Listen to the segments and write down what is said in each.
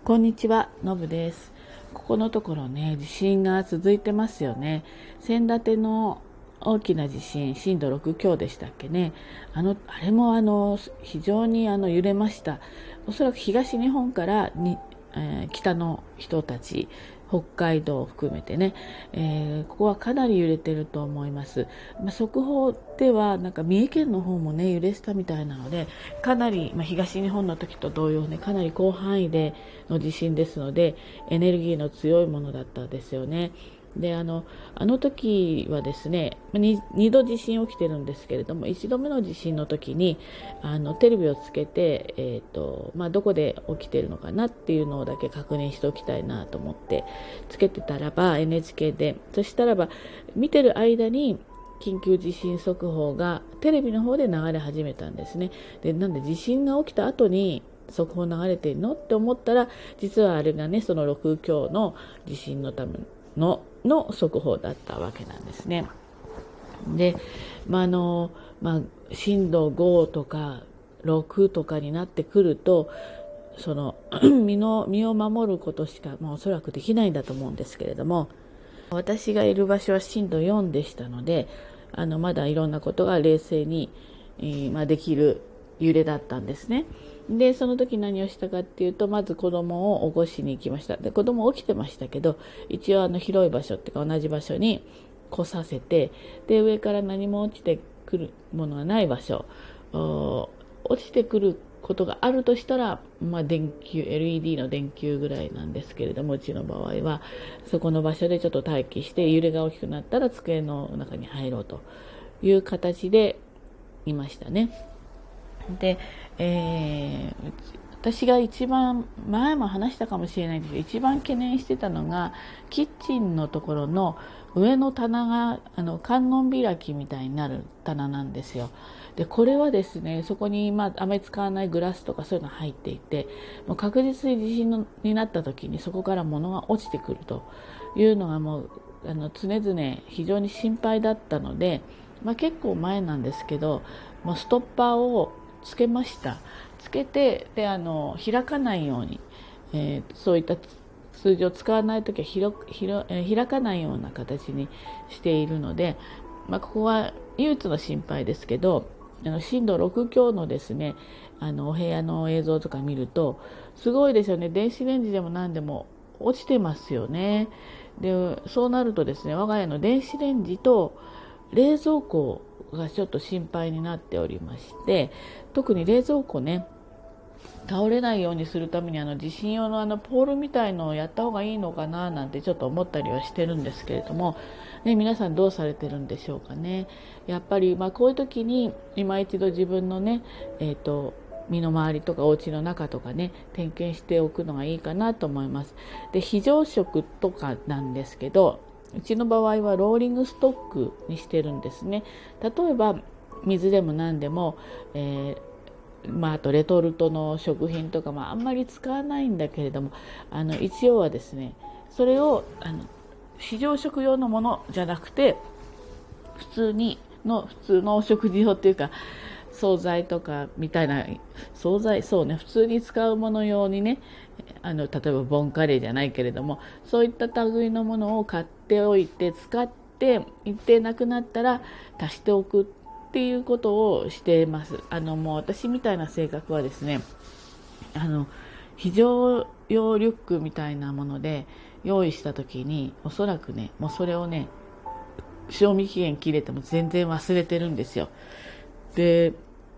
こんにちは、のぶです。ここのところね、地震が続いてますよね。先立ての大きな地震、震度6強でしたっけね。あれも非常に揺れました。おそらく東日本から北の人たち、北海道を含めてね、ここはかなり揺れてると思います。速報ではなんか三重県の方もね揺れしたみたいなので、かなり、東日本の時と同様ね、かなり広範囲での地震ですので、エネルギーの強いものだったですよね。であの時はですね、2度地震起きてるんですけれども、1度目の地震の時にテレビをつけて、どこで起きてるのかなっていうのをだけ確認しておきたいなと思ってつけてたらば NHK で、そしたらば見てる間に緊急地震速報がテレビの方で流れ始めたんですね。でなんで地震が起きた後に速報流れてるのって思ったら、実はあれがね、その6強の地震のための速報だったわけなんですね。で、震度5とか6とかになってくると、その身を守ることしかおそらくできないんだと思うんですけれども、私がいる場所は震度4でしたので、まだいろんなことが冷静に、できる揺れだったんですね。でその時何をしたかっていうと、まず子供を起こしに行きました。で子供起きてましたけど、一応広い場所っていうか同じ場所に来させて、で上から何も落ちてくるものがない場所、落ちてくることがあるとしたら、電球 LED の電球ぐらいなんですけれども、うちの場合はそこの場所でちょっと待機して、揺れが大きくなったら机の中に入ろうという形でいましたね。で、私が一番前も話したかもしれないんですけど、一番懸念してたのがキッチンのところの上の棚が観音開きみたいになる棚なんですよ。でこれはですね、そこにあまり使わないグラスとかそういうのが入っていて、もう確実に地震になった時にそこから物が落ちてくるというのがもう常々非常に心配だったので、結構前なんですけど、ストッパーをつけました。つけて、で開かないように、そういった数字を使わないときは開かないような形にしているので、ここは唯一の心配ですけど、震度6強のですね、お部屋の映像とか見るとすごいですよね。電子レンジでも何でも落ちてますよね。でそうなるとですね、我が家の電子レンジと冷蔵庫がちょっと心配になっておりまして、特に冷蔵庫ね、倒れないようにするために地震用のポールみたいのをやった方がいいのかななんてちょっと思ったりはしてるんですけれども、皆さんどうされてるんでしょうかね。やっぱりこういう時に今一度自分のね、身の回りとかお家の中とかね、点検しておくのがいいかなと思います。で非常食とかなんですけど、うちの場合はローリングストックにしてるんですね。例えば水でも何でも、あとレトルトの食品とかあんまり使わないんだけれども、一応はですね、それを非常食用のものじゃなくて普通のお食事用っていうか、惣菜とかみたいな惣菜、そうね、普通に使うもの用にね、例えばボンカレーじゃないけれども、そういった類のものを買っておいて、使って一定なくなったら足しておくっていうことをしています。もう私みたいな性格はですね、非常用リュックみたいなもので用意した時に、おそらくね、もうそれをね、賞味期限切れても全然忘れてるんですよ。で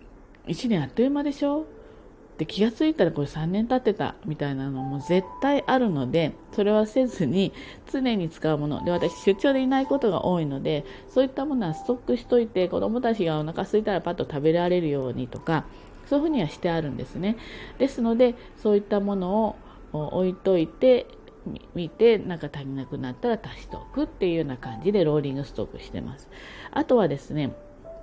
1年あっという間でしょ。で気がついたらこれ3年経ってたみたいなのも絶対あるので、それはせずに常に使うもので、私出張でいないことが多いので、そういったものはストックしといて、子どもたちがお腹空いたらパッと食べられるようにとか、そういうふうにはしてあるんですね。ですのでそういったものを置いといて、見てなんか足りなくなったら足しておくっていうような感じでローリングストックしてます。あとはですね、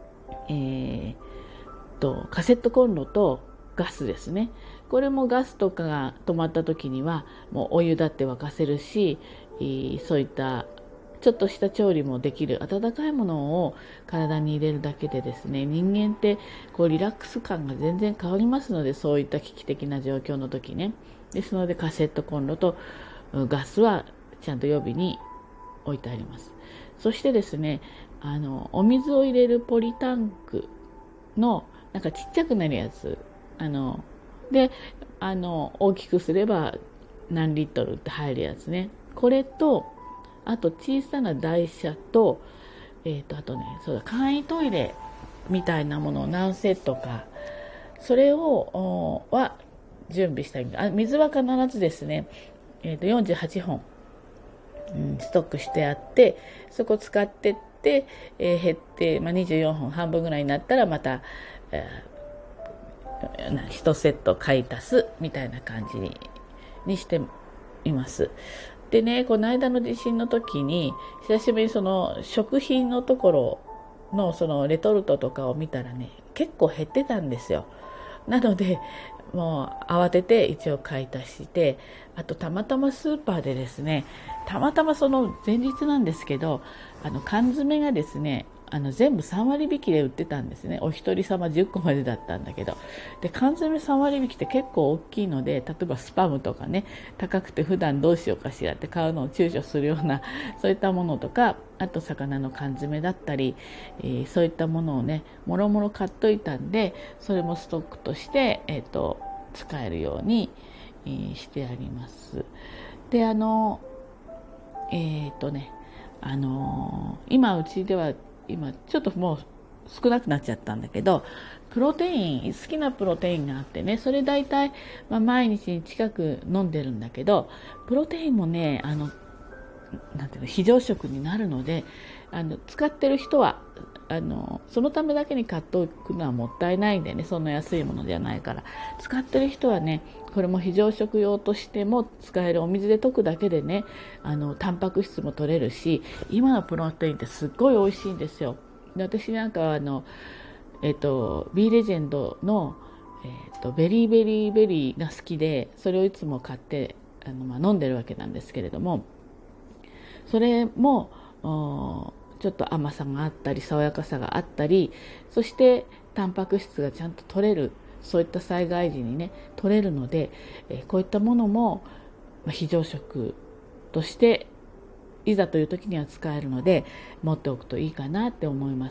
カセットコンロとガスですね。これもガスとかが止まった時にはもうお湯だって沸かせるし、そういったちょっとした調理もできる温かいものを体に入れるだけでですね、人間ってリラックス感が全然変わりますので、そういった危機的な状況の時ね。ですのでカセットコンロとガスはちゃんと予備に置いてあります。そしてですね、お水を入れるポリタンクのなんかちっちゃくなるやつ、で大きくすれば何リットルって入るやつね。これとあと小さな台車と、あとね、そうだ、簡易トイレみたいなものを何セットか、それをは準備したい。水は必ずですね、48本、ストックしてあって、そこ使ってって、減って、24本半分ぐらいになったらまた、1セット買い足すみたいな感じにしています。でね、この間の地震の時に久しぶりにその食品のところのそのレトルトとかを見たらね、結構減ってたんですよ。なのでもう慌てて一応買い足して、あとたまたまスーパーでですね、たまたまその前日なんですけど、缶詰がですね、全部3割引きで売ってたんですね。お一人様10個までだったんだけど、で缶詰3割引きって結構大きいので、例えばスパムとかね、高くて普段どうしようかしらって買うのを躊躇するようなそういったものとか、あと魚の缶詰だったり、そういったものをね、もろもろ買っといたんで、それもストックとして、使えるように、してあります。で今うちでは今ちょっともう少なくなっちゃったんだけど、プロテイン、好きなプロテインがあってね、それ大体、毎日に近く飲んでるんだけど、プロテインもね、なんていうの、非常食になるので、使ってる人はそのためだけに買っておくのはもったいないんでね、そんな安いものじゃないから、使ってる人はね、これも非常食用としても使える。お水で溶くだけでね、タンパク質も取れるし、今のプロテインってすっごい美味しいんですよ。で、私なんかはB レジェンドの、ベリーベリーベリーが好きで、それをいつも買って飲んでるわけなんですけれども、それもちょっと甘さがあったり爽やかさがあったり、そしてタンパク質がちゃんと取れる、そういった災害時にね取れるので、こういったものも非常食としていざという時には使えるので持っておくといいかなって思います。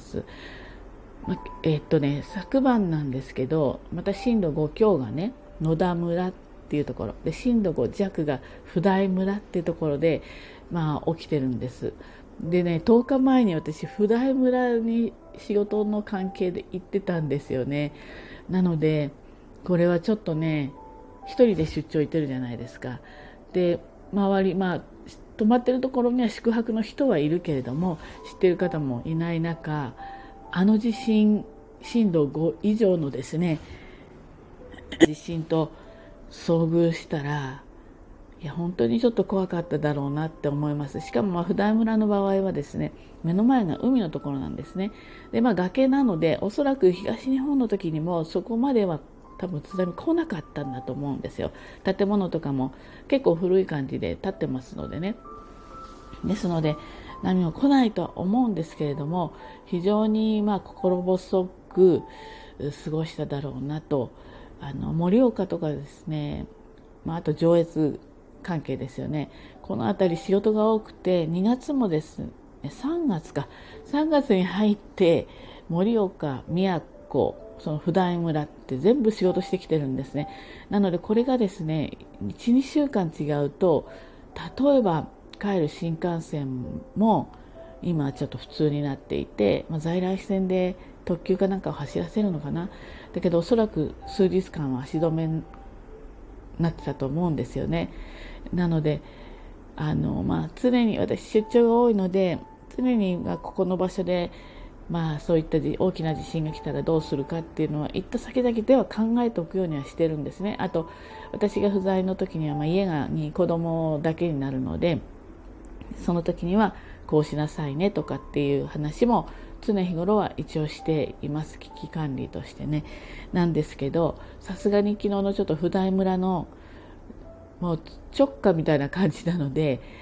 昨晩なんですけど、また震度5強がね、野田村っていうところで、震度5弱が普代村っていうところで起きてるんです。でね、10日前に私普代村に仕事の関係で行ってたんですよね。なのでこれはちょっとね、一人で出張行ってるじゃないですか。で、周り泊まってるところには宿泊の人はいるけれども、知ってる方もいない中、地震、震度5以上のですね地震と遭遇したら、いや本当にちょっと怖かっただろうなって思います。しかも普代村の場合はですね、目の前が海のところなんですね。で、崖なので、おそらく東日本の時にもそこまでは多分津波来なかったんだと思うんですよ。建物とかも結構古い感じで建ってますのでね。ですので波も来ないとは思うんですけれども、非常に心細く過ごしただろうなと。盛岡とかですね、あと上越関係ですよね。この辺り仕事が多くて、2月もですね、3月に入って盛岡、宮古、その普代村って全部仕事してきてるんですね。なのでこれがですね、1、2週間違うと、例えば帰る新幹線も今ちょっと普通になっていて、在来線で特急かなんかを走らせるのかな。だけどおそらく数日間は足止めになってたと思うんですよね。なので常に私出張が多いので、常にここの場所でそういった大きな地震が来たらどうするかっていうのは行った先々では考えておくようにはしてるんですね。あと私が不在の時には家に子供だけになるので、その時にはこうしなさいねとかっていう話も常日頃は一応しています。危機管理としてね。なんですけど、さすがに昨日のちょっと普代村のもう直下みたいな感じなので、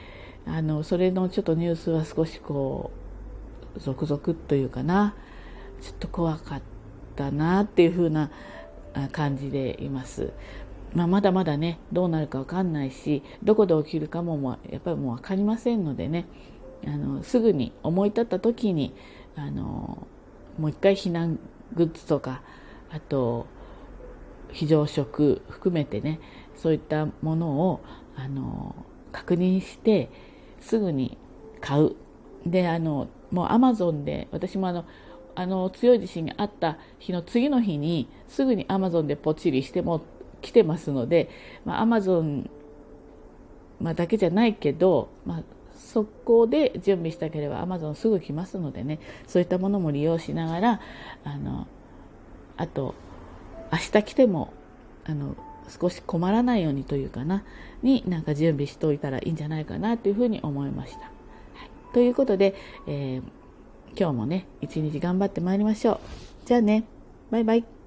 それのちょっとニュースは少し続々というかな、ちょっと怖かったなっていう風な感じでいます。まだまだねどうなるか分かんないし、どこで起きるかもやっぱりもう分かりませんのでね、すぐに思い立った時にもう一回避難グッズとか、あと非常食含めてね、そういったものを確認してすぐに買う。でもうアマゾンで、私も強い地震があった日の次の日にすぐにアマゾンでポチリしても来てますので、アマゾンだけじゃないけど、そこで準備したければアマゾンすぐ来ますのでね、そういったものも利用しながら、あと明日来ても少し困らないようにというかなに準備しておいたらいいんじゃないかなというふうに思いました。はい、ということで、今日もね一日頑張ってまいりましょう。じゃあね、バイバイ。